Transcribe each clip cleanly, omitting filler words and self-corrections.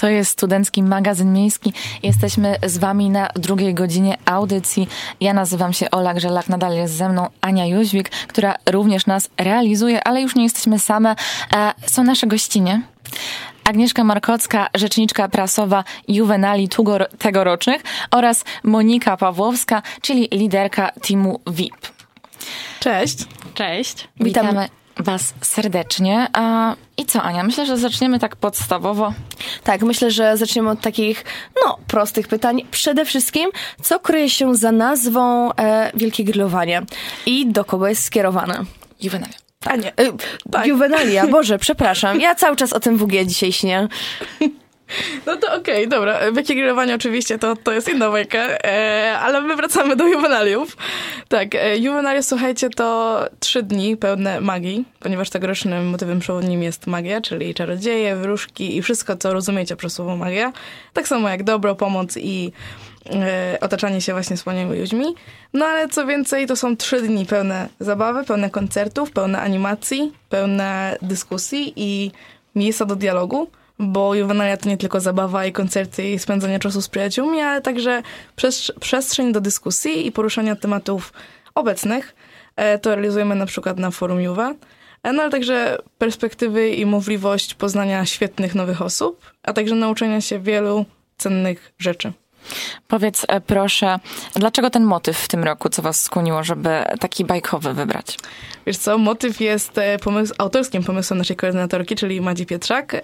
To jest Studencki Magazyn Miejski. Jesteśmy z wami na drugiej godzinie audycji. Ja nazywam się Ola Grzelak, nadal jest ze mną Ania Jóźwik, która również nas realizuje, ale już nie jesteśmy same. Są nasze gościnie. Agnieszka Markocka, rzeczniczka prasowa Juvenali tegorocznych oraz Monika Pawłowska, czyli liderka teamu VIP. Cześć. Cześć. Witamy was serdecznie. I co, Ania? Myślę, że zaczniemy tak podstawowo. Tak, myślę, że zaczniemy od takich, prostych pytań. Przede wszystkim, co kryje się za nazwą Wielkie Grillowanie i do kogo jest skierowane? Juvenalia. A nie, Juvenalia, Boże, przepraszam. Ja cały czas o tym WG dzisiaj śnię. No to okej, dobra. Wielkie Grillowanie oczywiście to jest inna bajka, ale my wracamy do Juvenaliów. Tak, Juvenalia, słuchajcie, to 3 dni pełne magii, ponieważ tegorocznym motywem przewodnim jest magia, czyli czarodzieje, wróżki i wszystko, co rozumiecie przez słowo magia. Tak samo jak dobro, pomoc i otaczanie się właśnie wspaniałymi ludźmi. No ale co więcej, to są 3 dni pełne zabawy, pełne koncertów, pełne animacji, pełne dyskusji i miejsca do dialogu, bo Juvenalia to nie tylko zabawa i koncerty i spędzanie czasu z przyjaciółmi, ale także przestrzeń do dyskusji i poruszania tematów obecnych. To realizujemy na przykład na forum Juve, no ale także perspektywy i możliwość poznania świetnych nowych osób, a także nauczenia się wielu cennych rzeczy. Powiedz proszę, dlaczego ten motyw w tym roku, co was skłoniło, żeby taki bajkowy wybrać? Wiesz co, motyw jest autorskim pomysłem naszej koordynatorki, czyli Madzi Pietrzak.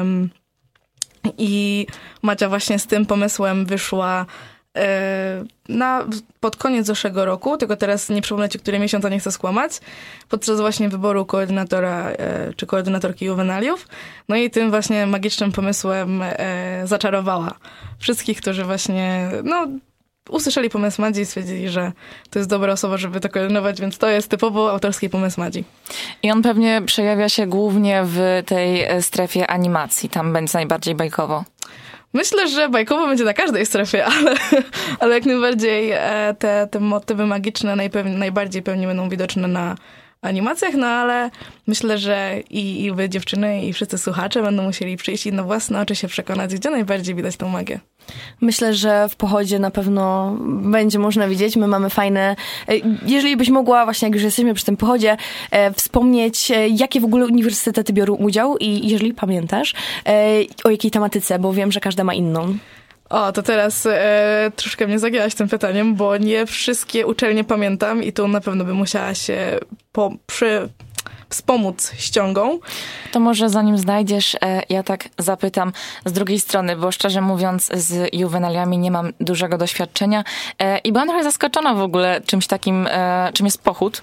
I Madzia właśnie z tym pomysłem wyszła pod koniec zeszłego roku, tylko teraz nie przypomnę ci, który miesiąc, a nie chcę skłamać, podczas właśnie wyboru koordynatora czy koordynatorki Juvenaliów. No i tym właśnie magicznym pomysłem zaczarowała wszystkich, którzy właśnie usłyszeli pomysł Madzi i stwierdzili, że to jest dobra osoba, żeby to koordynować, więc to jest typowo autorski pomysł Madzi. I on pewnie przejawia się głównie w tej strefie animacji, tam będzie najbardziej bajkowo. Myślę, że bajkowo będzie na każdej strefie, ale jak najbardziej te motywy magiczne najbardziej pewnie będą widoczne na animacjach, no ale myślę, że i wy dziewczyny i wszyscy słuchacze będą musieli przyjść i na własne oczy się przekonać, gdzie najbardziej widać tą magię. Myślę, że w pochodzie na pewno będzie można widzieć. My mamy fajne... Jeżeli byś mogła, właśnie jak już jesteśmy przy tym pochodzie, wspomnieć, jakie w ogóle uniwersytety biorą udział i jeżeli pamiętasz, o jakiej tematyce, bo wiem, że każda ma inną. O, to teraz troszkę mnie zagięłaś tym pytaniem, bo nie wszystkie uczelnie pamiętam i tu na pewno bym musiała się wspomóc ściągą. To może zanim znajdziesz, ja tak zapytam z drugiej strony, bo szczerze mówiąc z Juvenaliami nie mam dużego doświadczenia i byłam trochę zaskoczona w ogóle czymś takim, czym jest pochód.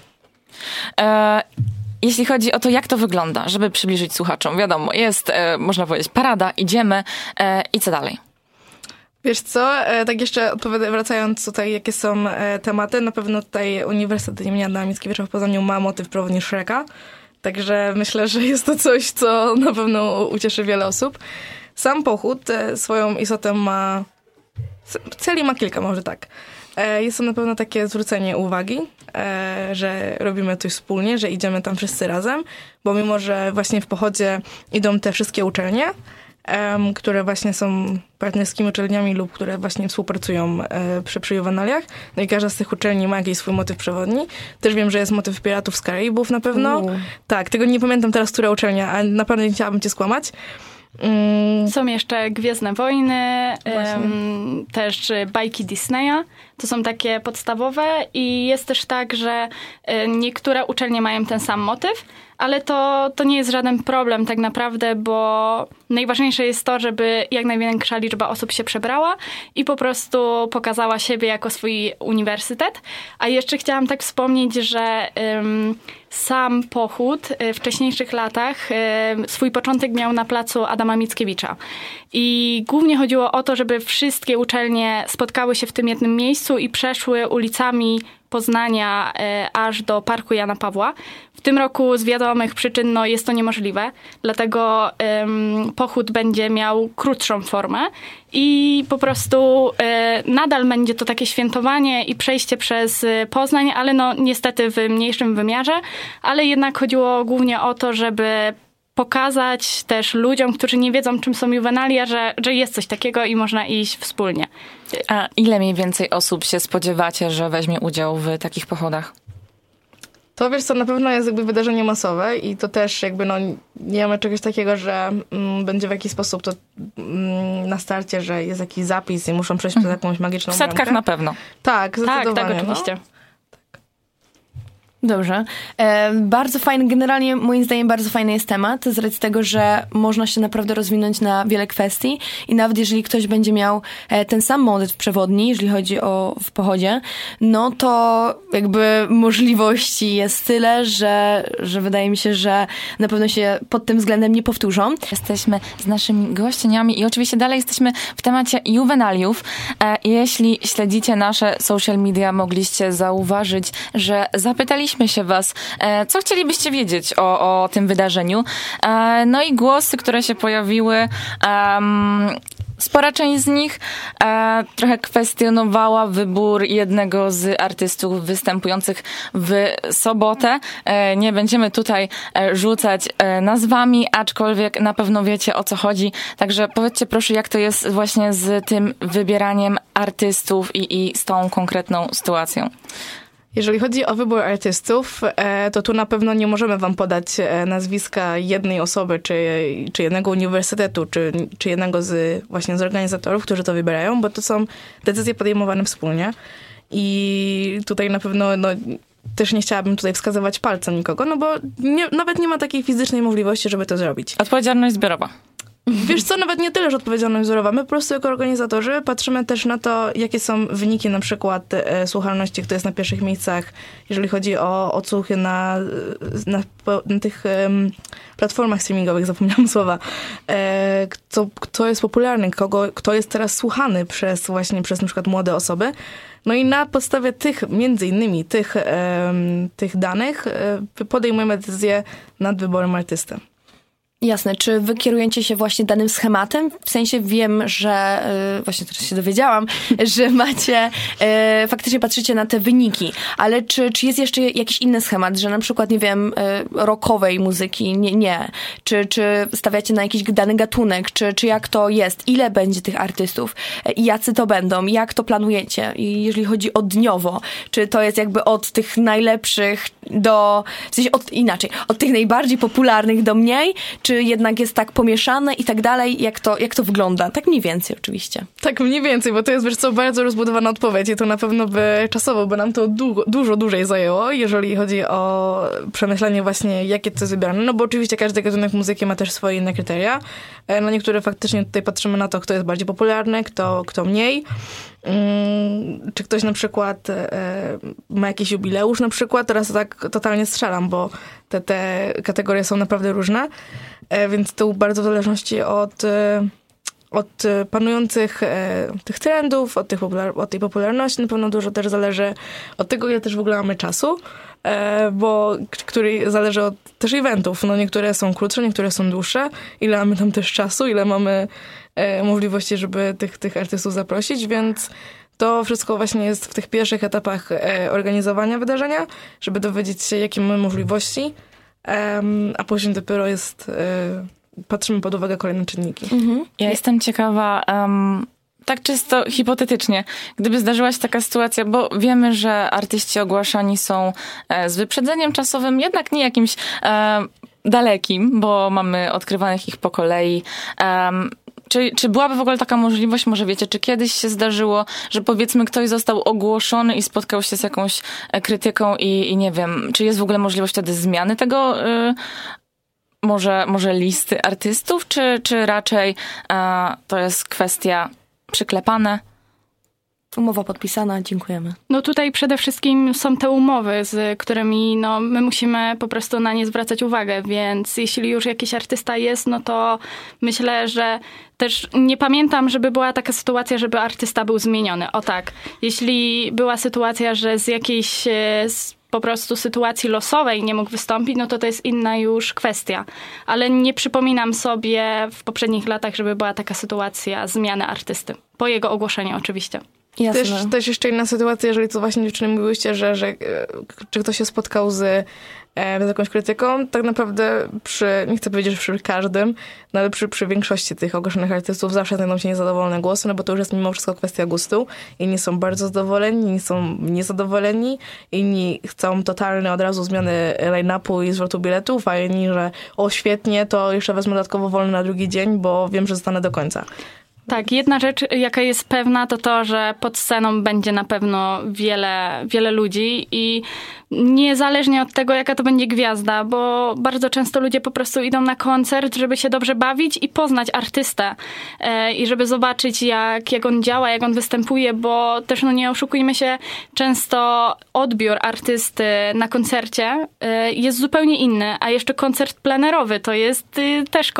Jeśli chodzi o to, jak to wygląda, żeby przybliżyć słuchaczom. Wiadomo, jest, można powiedzieć, parada, idziemy i co dalej? Wiesz co, tak jeszcze wracając tutaj, jakie są tematy, na pewno tutaj Uniwersytet im. Adama Mickiewicza w Poznaniu ma motyw przewodni Shreka, także myślę, że jest to coś, co na pewno ucieszy wiele osób. Sam pochód swoją istotę ma, celi ma kilka, może tak. Jest to na pewno takie zwrócenie uwagi, że robimy coś wspólnie, że idziemy tam wszyscy razem, bo mimo, że właśnie w pochodzie idą te wszystkie uczelnie, które właśnie są partnerskimi uczelniami lub które właśnie współpracują przy Juvenaliach. No i każda z tych uczelni ma jakiś swój motyw przewodni. Też wiem, że jest motyw Piratów z Karaibów na pewno. Tak, tego nie pamiętam teraz, która uczelnia, a naprawdę nie chciałabym cię skłamać. Są jeszcze Gwiezdne Wojny, też bajki Disneya. To są takie podstawowe i jest też tak, że niektóre uczelnie mają ten sam motyw, ale to nie jest żaden problem tak naprawdę, bo najważniejsze jest to, żeby jak największa liczba osób się przebrała i po prostu pokazała siebie jako swój uniwersytet. A jeszcze chciałam tak wspomnieć, że sam pochód w wcześniejszych latach swój początek miał na placu Adama Mickiewicza. I głównie chodziło o to, żeby wszystkie uczelnie spotkały się w tym jednym miejscu i przeszły ulicami Poznania aż do Parku Jana Pawła. W tym roku z wiadomych przyczyn jest to niemożliwe, dlatego pochód będzie miał krótszą formę i po prostu nadal będzie to takie świętowanie i przejście przez Poznań, ale niestety w mniejszym wymiarze, ale jednak chodziło głównie o to, żeby pokazać też ludziom, którzy nie wiedzą, czym są juwenalia, że jest coś takiego i można iść wspólnie. A ile mniej więcej osób się spodziewacie, że weźmie udział w takich pochodach? To wiesz co, na pewno jest jakby wydarzenie masowe i to też jakby nie ma czegoś takiego, że będzie w jakiś sposób to na starcie, że jest jakiś zapis i muszą przejść przez jakąś magiczną W setkach bramkę. na pewno. Tak, zdecydowanie. Tak, oczywiście. Dobrze. Bardzo fajny, generalnie moim zdaniem bardzo fajny jest temat, z racji tego, że można się naprawdę rozwinąć na wiele kwestii i nawet jeżeli ktoś będzie miał ten sam motyw przewodni, jeżeli chodzi o w pochodzie, no to jakby możliwości jest tyle, że wydaje mi się, że na pewno się pod tym względem nie powtórzą. Jesteśmy z naszymi gościniami i oczywiście dalej jesteśmy w temacie juwenaliów. Jeśli śledzicie nasze social media, mogliście zauważyć, że zapytaliśmy się was, co chcielibyście wiedzieć o tym wydarzeniu. No i głosy, które się pojawiły, spora część z nich trochę kwestionowała wybór jednego z artystów występujących w sobotę. Nie będziemy tutaj rzucać nazwami, aczkolwiek na pewno wiecie, o co chodzi. Także powiedzcie proszę, jak to jest właśnie z tym wybieraniem artystów i z tą konkretną sytuacją. Jeżeli chodzi o wybór artystów, to tu na pewno nie możemy wam podać nazwiska jednej osoby, czy jednego uniwersytetu, czy jednego właśnie z organizatorów, którzy to wybierają, bo to są decyzje podejmowane wspólnie. I tutaj na pewno też nie chciałabym tutaj wskazywać palcem nikogo, no bo nawet nie ma takiej fizycznej możliwości, żeby to zrobić. Odpowiedzialność zbiorowa. Wiesz co, nawet nie tyle, że odpowiedzialność wzorowa. My po prostu jako organizatorzy patrzymy też na to, jakie są wyniki na przykład słuchalności, kto jest na pierwszych miejscach, jeżeli chodzi o odsłuchy na tych platformach streamingowych, zapomniałam słowa. Kto jest popularny, kto jest teraz słuchany przez na przykład młode osoby. No i na podstawie między innymi tych danych podejmujemy decyzję nad wyborem artysty. Jasne. Czy wy kierujecie się właśnie danym schematem? W sensie wiem, że właśnie teraz się dowiedziałam, że macie, faktycznie patrzycie na te wyniki, ale czy jest jeszcze jakiś inny schemat, że na przykład, nie wiem, rockowej muzyki? Nie. Czy stawiacie na jakiś dany gatunek? Czy jak to jest? Ile będzie tych artystów? I jacy to będą? Jak to planujecie? I jeżeli chodzi o dniowo, czy to jest jakby od tych najlepszych w sensie od tych najbardziej popularnych do mniej? Czy jednak jest tak pomieszane i tak dalej? Jak to wygląda? Tak mniej więcej oczywiście. Tak mniej więcej, bo to jest, wiesz co, bardzo rozbudowana odpowiedź i to na pewno czasowo by nam to dużo dłużej zajęło, jeżeli chodzi o przemyślenie właśnie, jakie to jest wybierane. No bo oczywiście każdy gatunek muzyki ma też swoje inne kryteria. Na niektóre faktycznie tutaj patrzymy na to, kto jest bardziej popularny, kto mniej. Czy ktoś na przykład ma jakiś jubileusz na przykład. Teraz tak totalnie strzelam, bo te kategorie są naprawdę różne. Więc to bardzo w zależności od panujących tych trendów, od tej popularności. Na pewno dużo też zależy od tego, ile też w ogóle mamy czasu, który zależy od też eventów. No niektóre są krótsze, niektóre są dłuższe. Ile mamy tam też czasu, ile mamy możliwości, żeby tych artystów zaprosić, więc to wszystko właśnie jest w tych pierwszych etapach organizowania wydarzenia, żeby dowiedzieć się, jakie mamy możliwości, a później dopiero patrzymy pod uwagę kolejne czynniki. Mhm. Ja jestem ciekawa, tak czysto hipotetycznie, gdyby zdarzyła się taka sytuacja, bo wiemy, że artyści ogłaszani są z wyprzedzeniem czasowym, jednak nie jakimś dalekim, bo mamy odkrywanych ich po kolei. Czy byłaby w ogóle taka możliwość, może wiecie, czy kiedyś się zdarzyło, że powiedzmy ktoś został ogłoszony i spotkał się z jakąś krytyką i nie wiem, czy jest w ogóle możliwość wtedy zmiany tego może listy artystów, czy raczej to jest kwestia przyklepane? Umowa podpisana, dziękujemy. No tutaj przede wszystkim są te umowy, z którymi my musimy po prostu na nie zwracać uwagę, więc jeśli już jakiś artysta jest, no to myślę, że też nie pamiętam, żeby była taka sytuacja, żeby artysta był zmieniony. O tak, jeśli była sytuacja, że z jakiejś po prostu sytuacji losowej nie mógł wystąpić, no to jest inna już kwestia. Ale nie przypominam sobie w poprzednich latach, żeby była taka sytuacja zmiany artysty. Po jego ogłoszeniu oczywiście. Jasne. Też jeszcze inna sytuacja, jeżeli to właśnie dziewczyny mówiłyście, że czy ktoś się spotkał z jakąś krytyką, tak naprawdę nie chcę powiedzieć, że przy każdym, no ale przy większości tych ogłoszonych artystów zawsze znajdą się niezadowolone głosy, no bo to już jest mimo wszystko kwestia gustu. Inni są bardzo zadowoleni, inni są niezadowoleni, inni chcą totalne od razu zmiany line-upu i zwrotu biletów, a inni, że świetnie, to jeszcze wezmę dodatkowo wolny na drugi dzień, bo wiem, że zostanę do końca. Tak, jedna rzecz, jaka jest pewna, to, że pod sceną będzie na pewno wiele ludzi i niezależnie od tego, jaka to będzie gwiazda, bo bardzo często ludzie po prostu idą na koncert, żeby się dobrze bawić i poznać artystę i żeby zobaczyć, jak on działa, jak on występuje, bo też, nie oszukujmy się, często odbiór artysty na koncercie jest zupełnie inny, a jeszcze koncert plenerowy to jest też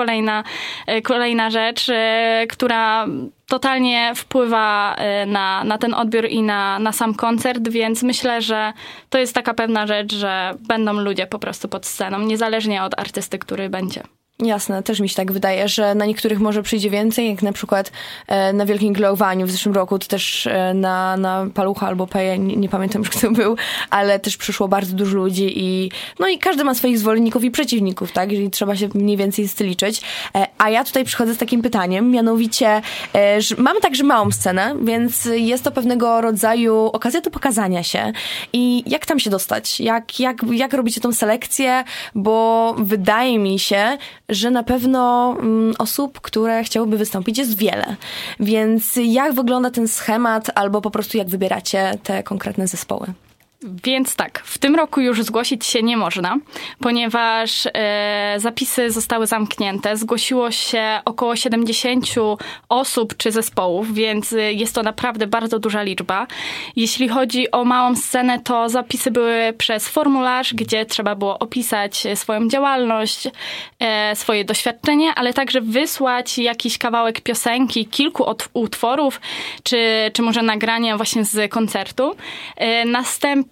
kolejna rzecz, która totalnie wpływa na ten odbiór i na sam koncert, więc myślę, że to jest taka pewna rzecz, że będą ludzie po prostu pod sceną, niezależnie od artysty, który będzie. Jasne, też mi się tak wydaje, że na niektórych może przyjdzie więcej, jak na przykład na Wielkim Glowaniu w zeszłym roku, to też na Palucha albo Peje, nie pamiętam już kto był, ale też przyszło bardzo dużo ludzi i każdy ma swoich zwolenników i przeciwników, tak, jeżeli trzeba się mniej więcej styliczyć. A ja tutaj przychodzę z takim pytaniem, mianowicie, że mamy także małą scenę, więc jest to pewnego rodzaju okazja do pokazania się. I jak tam się dostać? Jak robicie tą selekcję? Bo wydaje mi się, że na pewno osób, które chciałyby wystąpić, jest wiele. Więc jak wygląda ten schemat, albo po prostu jak wybieracie te konkretne zespoły? Więc tak, w tym roku już zgłosić się nie można, ponieważ zapisy zostały zamknięte. Zgłosiło się około 70 osób czy zespołów, więc jest to naprawdę bardzo duża liczba. Jeśli chodzi o małą scenę, to zapisy były przez formularz, gdzie trzeba było opisać swoją działalność, swoje doświadczenie, ale także wysłać jakiś kawałek piosenki, kilku utworów, czy może nagrania właśnie z koncertu. Następnie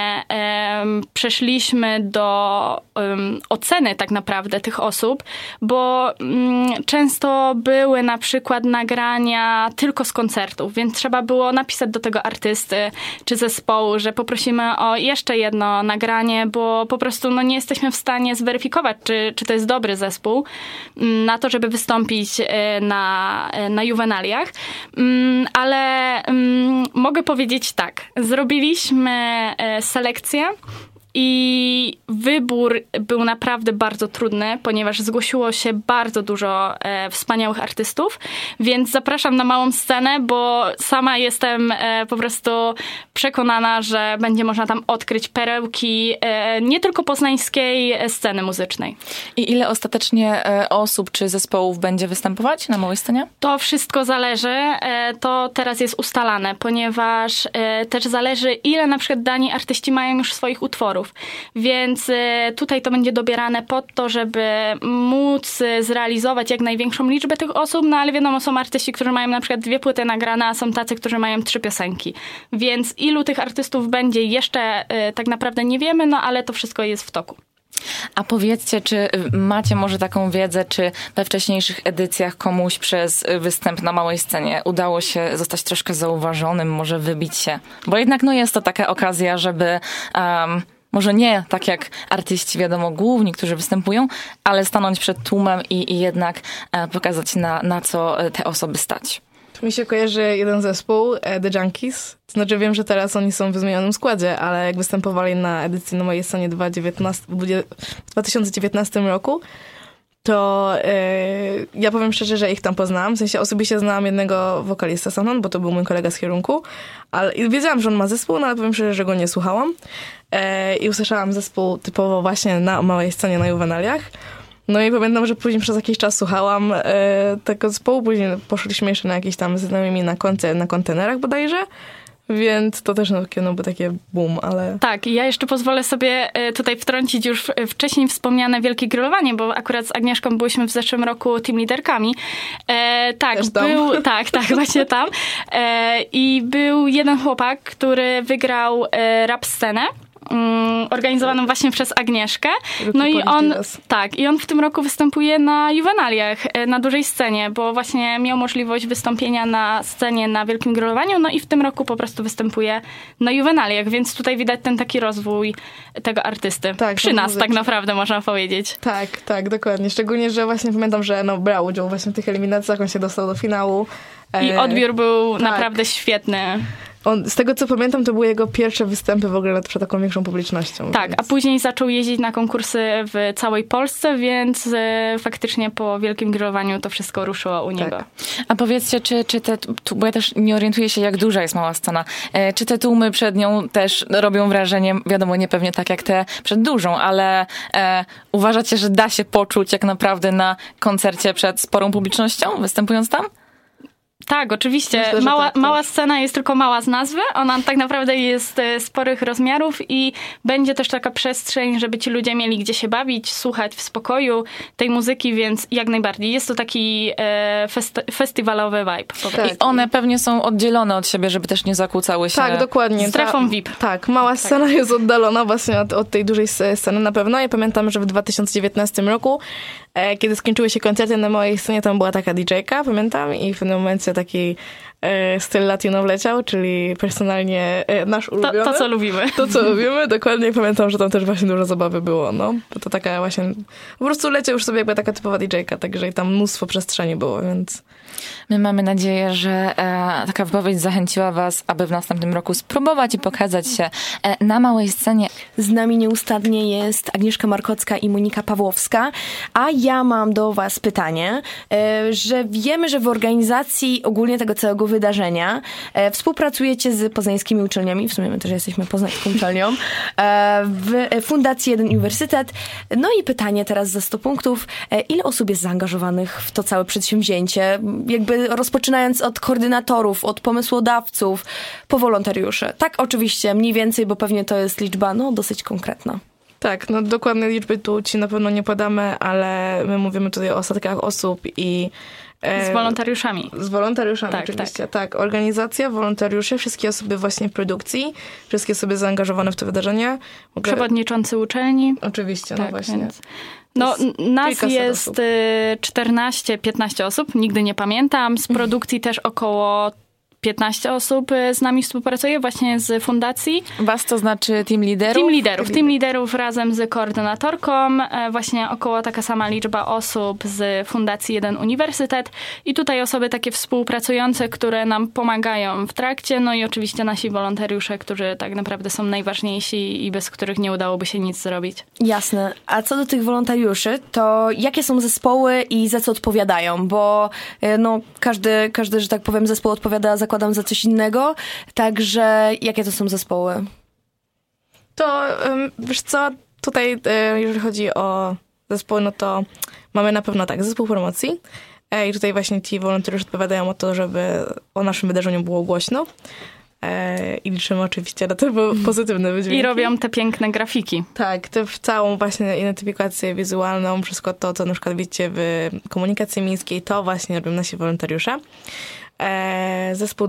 przeszliśmy do oceny tak naprawdę tych osób, bo często były na przykład nagrania tylko z koncertów, więc trzeba było napisać do tego artysty czy zespołu, że poprosimy o jeszcze jedno nagranie, bo po prostu nie jesteśmy w stanie zweryfikować, czy to jest dobry zespół na to, żeby wystąpić na Juvenaliach. Ale mogę powiedzieć tak, zrobiliśmy selekcję i wybór był naprawdę bardzo trudny, ponieważ zgłosiło się bardzo dużo wspaniałych artystów, więc zapraszam na małą scenę, bo sama jestem po prostu przekonana, że będzie można tam odkryć perełki nie tylko poznańskiej sceny muzycznej. I ile ostatecznie osób czy zespołów będzie występować na małej scenie? To wszystko zależy. To teraz jest ustalane, ponieważ też zależy, ile na przykład dani artyści mają już swoich utworów. Więc tutaj to będzie dobierane pod to, żeby móc zrealizować jak największą liczbę tych osób, ale wiadomo, są artyści, którzy mają na przykład 2 płyty nagrane, a są tacy, którzy mają 3 piosenki. Więc ilu tych artystów będzie jeszcze tak naprawdę nie wiemy, ale to wszystko jest w toku. A powiedzcie, czy macie może taką wiedzę, czy we wcześniejszych edycjach komuś przez występ na małej scenie udało się zostać troszkę zauważonym, może wybić się? Bo jednak jest to taka okazja, żeby może nie tak jak artyści, wiadomo, główni, którzy występują, ale stanąć przed tłumem i jednak pokazać na co te osoby stać. To mi się kojarzy jeden zespół, The Junkies. To znaczy wiem, że teraz oni są w zmienionym składzie, ale jak występowali na edycji na mojej scenie w 2019 roku, to ja powiem szczerze, że ich tam poznałam. W sensie osobiście znałam jednego wokalista stamtąd, bo to był mój kolega z kierunku. Ale wiedziałam, że on ma zespół, ale powiem szczerze, że go nie słuchałam. I usłyszałam zespół typowo właśnie na małej scenie na Juvenaliach. I pamiętam, że później przez jakiś czas słuchałam tego zespołu. Później poszliśmy jeszcze na jakieś tam znajomymi na koncert na kontenerach bodajże. Więc to też był takie boom, ale... Tak, i ja jeszcze pozwolę sobie tutaj wtrącić już wcześniej wspomniane Wielkie Grillowanie, bo akurat z Agnieszką byłyśmy w zeszłym roku team liderkami. Tak, właśnie tam. I był jeden chłopak, który wygrał rap scenę. organizowaną właśnie przez Agnieszkę. No i on w tym roku występuje na Juvenaliach, na dużej scenie, bo właśnie miał możliwość wystąpienia na scenie na Wielkim Grillowaniu, no i w tym roku po prostu występuje na Juvenaliach, więc tutaj widać ten taki rozwój tego artysty. Tak, przy nas tak naprawdę można powiedzieć. Tak, dokładnie. Szczególnie, że właśnie pamiętam, że brał udział właśnie w tych eliminacjach, on się dostał do finału. I odbiór był naprawdę świetny. Z tego co pamiętam, to były jego pierwsze występy w ogóle przed taką większą publicznością. Tak, więc... a później zaczął jeździć na konkursy w całej Polsce, więc faktycznie po Wielkim Grillowaniu to wszystko ruszyło u niego. A powiedzcie, czy te, bo ja też nie orientuję się, jak duża jest mała scena, czy te tłumy przed nią też robią wrażenie, wiadomo, nie pewnie tak jak te przed dużą, ale uważacie, że da się poczuć jak naprawdę na koncercie przed sporą publicznością, występując tam? Tak, oczywiście. Myślę, mała scena jest tylko mała z nazwy. Ona tak naprawdę jest sporych rozmiarów i będzie też taka przestrzeń, żeby ci ludzie mieli gdzie się bawić, słuchać w spokoju tej muzyki, więc jak najbardziej. Jest to taki festiwalowy vibe. Tak. I one pewnie są oddzielone od siebie, żeby też nie zakłócały się. Tak, dokładnie. Strefą VIP. Tak, mała scena jest oddalona właśnie od tej dużej sceny na pewno. Ja pamiętam, że w 2019 roku, kiedy skończyły się koncerty na mojej scenie, tam była taka DJ-ka, pamiętam, i w pewnym momencie taki styl latino wleciał, czyli personalnie nasz ulubiony. To, co lubimy. To, co lubimy, dokładnie. Pamiętam, że tam też właśnie dużo zabawy było, no. Bo to taka właśnie, po prostu leciał już sobie jakby taka typowa DJ-ka, także i tam mnóstwo przestrzeni było, więc... My mamy nadzieję, że taka wypowiedź zachęciła was, aby w następnym roku spróbować i pokazać się na małej scenie. Z nami nieustannie jest Agnieszka Markocka i Monika Pawłowska, a ja mam do was pytanie, że wiemy, że w organizacji ogólnie tego całego wydarzenia współpracujecie z poznańskimi uczelniami, w sumie my też jesteśmy poznańską uczelnią, w Fundacji Jeden Uniwersytet. No i pytanie teraz za 100 punktów, ile osób jest zaangażowanych w to całe przedsięwzięcie? Jakby rozpoczynając od koordynatorów, od pomysłodawców, po wolontariusze. Tak, oczywiście, mniej więcej, bo pewnie to jest liczba, dosyć konkretna. Tak, dokładne liczby tu ci na pewno nie podamy, ale my mówimy tutaj o setkach osób i... Z wolontariuszami. Z wolontariuszami, tak, oczywiście. Tak, organizacja, wolontariusze, wszystkie osoby właśnie w produkcji, wszystkie osoby zaangażowane w to wydarzenie. Przewodniczący uczelni. Oczywiście, tak, właśnie. Więc... nas jest 14-15 osób, nigdy nie pamiętam. Z produkcji też około 15 osób z nami współpracuje właśnie z fundacji. Was to znaczy team liderów? Team liderów razem z koordynatorką. Właśnie około taka sama liczba osób z Fundacji Jeden Uniwersytet. I tutaj osoby takie współpracujące, które nam pomagają w trakcie. No i oczywiście nasi wolontariusze, którzy tak naprawdę są najważniejsi i bez których nie udałoby się nic zrobić. Jasne. A co do tych wolontariuszy, to jakie są zespoły i za co odpowiadają? Bo każdy, że tak powiem, zespół odpowiada, zakładam, za coś innego. Także jakie to są zespoły? To wiesz co, tutaj jeżeli chodzi o zespoły, no to mamy na pewno zespół promocji. I tutaj właśnie ci wolontariusze odpowiadają o to, żeby o naszym wydarzeniu było głośno. I liczymy oczywiście na te pozytywne wydźwięki. I robią te piękne grafiki. Tak, w całą właśnie identyfikację wizualną, wszystko to, co na przykład widzicie w komunikacji miejskiej, to właśnie robią nasi wolontariusze. Zespół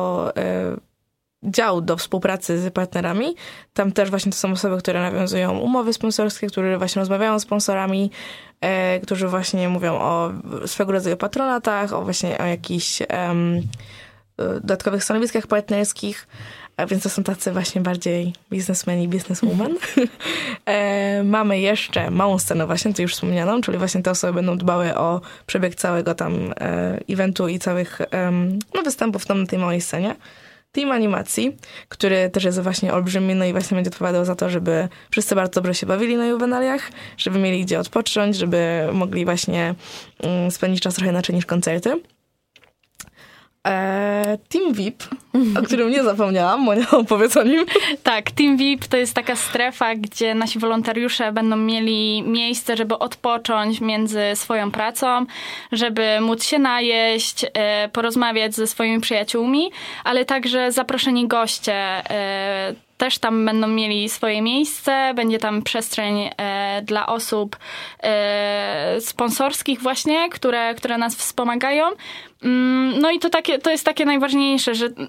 dział do współpracy z partnerami. Tam też właśnie to są osoby, które nawiązują umowy sponsorskie, które właśnie rozmawiają z sponsorami, którzy właśnie mówią o swego rodzaju patronatach, o jakichś dodatkowych stanowiskach partnerskich, a więc to są tacy właśnie bardziej biznesmeni, bizneswoman. Mamy jeszcze małą scenę właśnie, to już wspomnianą, czyli właśnie te osoby będą dbały o przebieg całego tam eventu i całych występów tam na tej małej scenie. Team animacji, który też jest właśnie olbrzymi, no i właśnie będzie odpowiadał za to, żeby wszyscy bardzo dobrze się bawili na juwenaliach, żeby mieli gdzie odpocząć, żeby mogli właśnie spędzić czas trochę inaczej niż koncerty. Team VIP, o którym nie zapomniałam, Monia, opowiedz o nim. Tak, Team VIP to jest taka strefa, gdzie nasi wolontariusze będą mieli miejsce, żeby odpocząć między swoją pracą, żeby móc się najeść, porozmawiać ze swoimi przyjaciółmi, ale także zaproszeni goście też tam będą mieli swoje miejsce, będzie tam przestrzeń dla osób sponsorskich właśnie, które nas wspomagają. No i to jest takie najważniejsze, że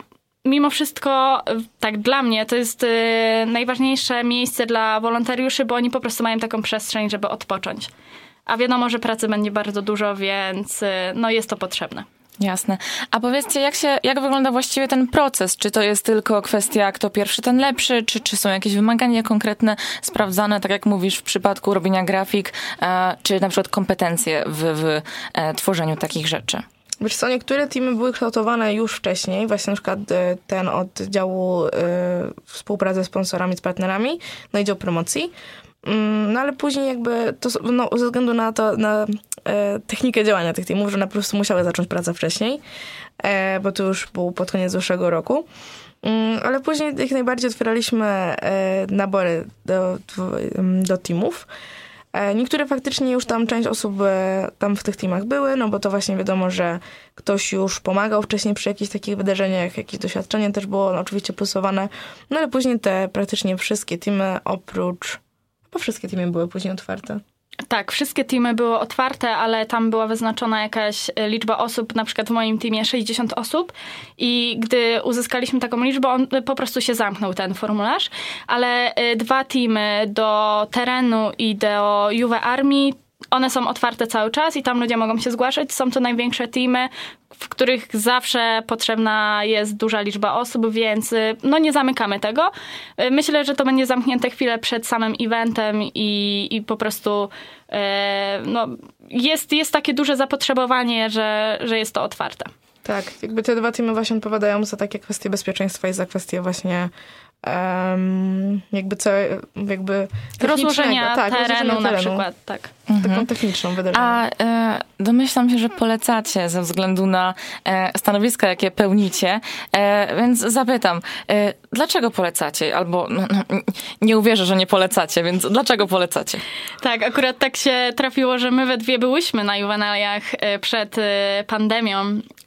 mimo wszystko, tak dla mnie, to jest najważniejsze miejsce dla wolontariuszy, bo oni po prostu mają taką przestrzeń, żeby odpocząć. A wiadomo, że pracy będzie bardzo dużo, więc no jest to potrzebne. Jasne. A powiedzcie, jak wygląda właściwie ten proces? Czy to jest tylko kwestia, kto pierwszy, ten lepszy? Czy są jakieś wymagania konkretne sprawdzane, tak jak mówisz, w przypadku robienia grafik, czy na przykład kompetencje w tworzeniu takich rzeczy? Wiesz co, niektóre teamy były kształtowane już wcześniej, właśnie na przykład ten od działu współpracy z sponsorami, z partnerami, no i dział promocji. No ale później jakby to, no, ze względu na to, na technikę działania tych teamów, że one po prostu musiały zacząć pracę wcześniej, bo to już był pod koniec zeszłego roku. Ale później jak najbardziej otwieraliśmy nabory do teamów. Niektóre faktycznie już tam część osób tam w tych teamach były, no bo to właśnie wiadomo, że ktoś już pomagał wcześniej przy jakichś takich wydarzeniach, jakieś doświadczenie też było no, oczywiście plusowane. No ale później te praktycznie wszystkie teamy bo wszystkie teamy były później otwarte. Tak, wszystkie teamy były otwarte, ale tam była wyznaczona jakaś liczba osób, na przykład w moim teamie 60 osób i gdy uzyskaliśmy taką liczbę, on po prostu się zamknął ten formularz, ale 2 teamy do terenu i do Juve Army, one są otwarte cały czas i tam ludzie mogą się zgłaszać. Są to największe teamy, w których zawsze potrzebna jest duża liczba osób, więc no nie zamykamy tego. Myślę, że to będzie zamknięte chwilę przed samym eventem i po prostu no, jest takie duże zapotrzebowanie, że jest to otwarte. Tak, jakby te 2 teamy właśnie odpowiadają za takie kwestie bezpieczeństwa i za kwestie właśnie rozłożenia terenu na przykład, tak. Taką techniczną wydarzenie. A domyślam się, że polecacie ze względu na stanowiska, jakie pełnicie, więc zapytam, dlaczego polecacie? Albo nie uwierzę, że nie polecacie, więc dlaczego polecacie? Tak, akurat tak się trafiło, że my we dwie byłyśmy na Juvenaliach przed pandemią,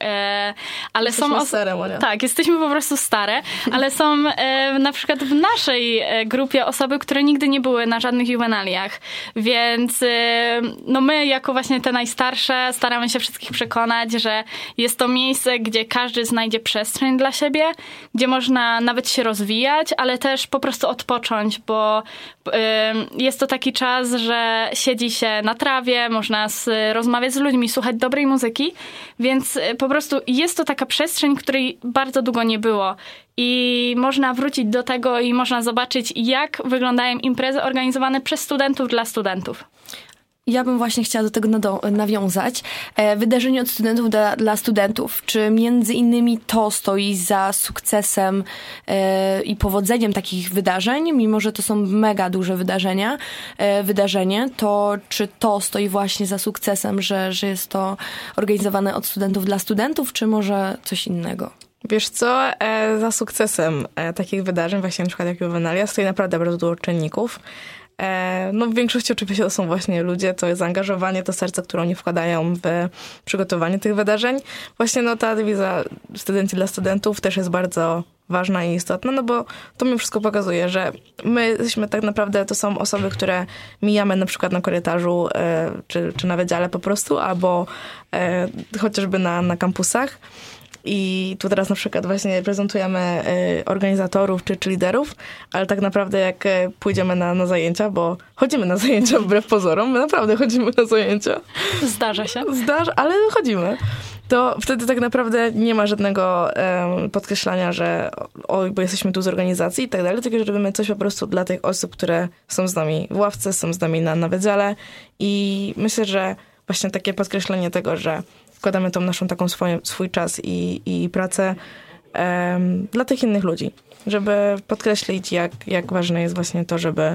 ale jesteśmy stare, Monia. Tak, jesteśmy po prostu stare, ale są na przykład w naszej grupie osoby, które nigdy nie były na żadnych Juvenaliach, więc no my jako właśnie te najstarsze staramy się wszystkich przekonać, że jest to miejsce, gdzie każdy znajdzie przestrzeń dla siebie, gdzie można nawet się rozwijać, ale też po prostu odpocząć, bo jest to taki czas, że siedzi się na trawie, można rozmawiać z ludźmi, słuchać dobrej muzyki, więc po prostu jest to taka przestrzeń, której bardzo długo nie było. I można wrócić do tego i można zobaczyć, jak wyglądają imprezy organizowane przez studentów dla studentów. Ja bym właśnie chciała do tego nawiązać. Wydarzenie od studentów dla studentów. Czy między innymi to stoi za sukcesem i powodzeniem takich wydarzeń, mimo że to są mega duże wydarzenie, to czy to stoi właśnie za sukcesem, że jest to organizowane od studentów dla studentów, czy może coś innego? Wiesz co, za sukcesem takich wydarzeń, właśnie na przykład jak Juvenalia, stoi naprawdę bardzo dużo czynników. No w większości oczywiście to są właśnie ludzie, to jest zaangażowanie, to serce, które oni wkładają w przygotowanie tych wydarzeń. Właśnie no ta dewiza studenci dla studentów też jest bardzo ważna i istotna, no bo to mi wszystko pokazuje, że my jesteśmy tak naprawdę, to są osoby, które mijamy na przykład na korytarzu czy na wydziale po prostu, albo chociażby na kampusach. I tu teraz na przykład właśnie prezentujemy organizatorów czy liderów, ale tak naprawdę jak pójdziemy na zajęcia, bo chodzimy na zajęcia wbrew pozorom, my naprawdę chodzimy na zajęcia. Zdarza się. Ale chodzimy. To wtedy tak naprawdę nie ma żadnego podkreślania, że oj, bo jesteśmy tu z organizacji i tak dalej, tylko że robimy coś po prostu dla tych osób, które są z nami w ławce, są z nami na wydziale i myślę, że właśnie takie podkreślenie tego, że wkładamy tą naszą taką swój czas i pracę dla tych innych ludzi, żeby podkreślić, jak ważne jest właśnie to, żeby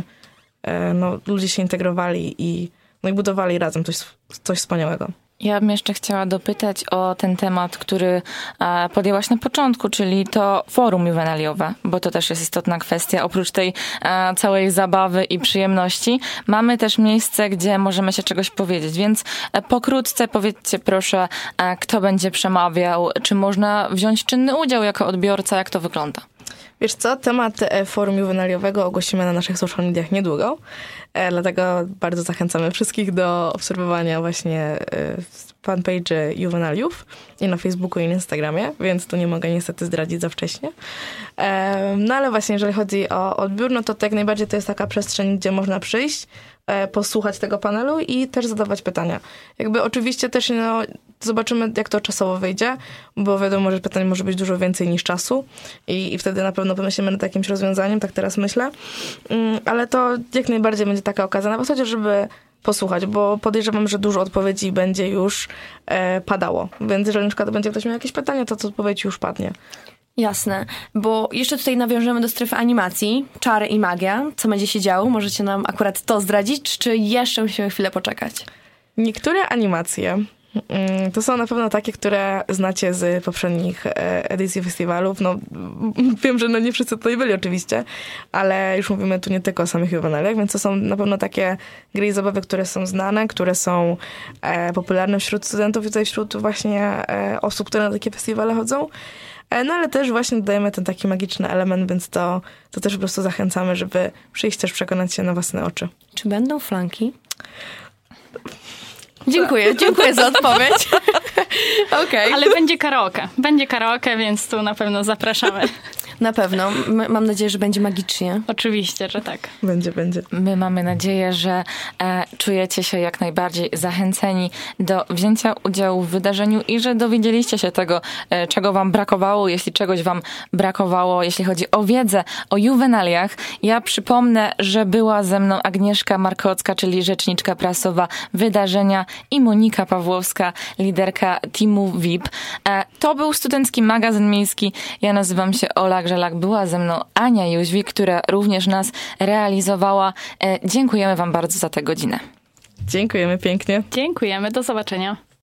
ludzie się integrowali i budowali razem coś wspaniałego. Ja bym jeszcze chciała dopytać o ten temat, który podjęłaś na początku, czyli to forum juwenaliowe, bo to też jest istotna kwestia. Oprócz tej całej zabawy i przyjemności mamy też miejsce, gdzie możemy się czegoś powiedzieć, więc pokrótce powiedzcie proszę, kto będzie przemawiał, czy można wziąć czynny udział jako odbiorca, jak to wygląda? Wiesz co, temat forum juwenaliowego ogłosimy na naszych social mediach niedługo, dlatego bardzo zachęcamy wszystkich do obserwowania właśnie fanpage juwenaliów i na Facebooku i na Instagramie, więc tu nie mogę niestety zdradzić za wcześnie. No ale właśnie jeżeli chodzi o odbiór, no to jak najbardziej to jest taka przestrzeń, gdzie można przyjść, posłuchać tego panelu i też zadawać pytania. Jakby oczywiście też zobaczymy, jak to czasowo wyjdzie, bo wiadomo, że pytań może być dużo więcej niż czasu i wtedy na pewno pomyślimy nad jakimś rozwiązaniem, tak teraz myślę. Ale to jak najbardziej będzie taka okazja, nawet chociaż żeby posłuchać, bo podejrzewam, że dużo odpowiedzi będzie już padało. Więc jeżeli na przykład będzie ktoś miał jakieś pytanie, to odpowiedź już padnie. Jasne, bo jeszcze tutaj nawiążemy do strefy animacji, czary i magia. Co będzie się działo? Możecie nam akurat to zdradzić, czy jeszcze musimy chwilę poczekać? Niektóre animacje to są na pewno takie, które znacie z poprzednich edycji festiwalów. No, wiem, że nie wszyscy tutaj byli oczywiście, ale już mówimy tu nie tylko o samych juwenaliach, więc to są na pewno takie gry i zabawy, które są znane, które są popularne wśród studentów i tutaj wśród właśnie osób, które na takie festiwale chodzą. No ale też właśnie dodajemy ten taki magiczny element, więc to też po prostu zachęcamy, żeby przyjść też przekonać się na własne oczy. Czy będą flanki? Dziękuję za odpowiedź. Okay. Ale będzie karaoke. Będzie karaoke, więc tu na pewno zapraszamy. Na pewno. Mam nadzieję, że będzie magicznie. Oczywiście, że tak. Będzie. My mamy nadzieję, że czujecie się jak najbardziej zachęceni do wzięcia udziału w wydarzeniu i że dowiedzieliście się tego, czego wam brakowało, jeśli czegoś wam brakowało, jeśli chodzi o wiedzę o juwenaliach. Ja przypomnę, że była ze mną Agnieszka Markocka, czyli rzeczniczka prasowa wydarzenia i Monika Pawłowska, liderka teamu VIP. To był Studencki Magazyn Miejski. Ja nazywam się Ola Grzelak, była ze mną Ania Jóźwik, która również nas realizowała. Dziękujemy wam bardzo za tę godzinę. Dziękujemy pięknie. Dziękujemy, do zobaczenia.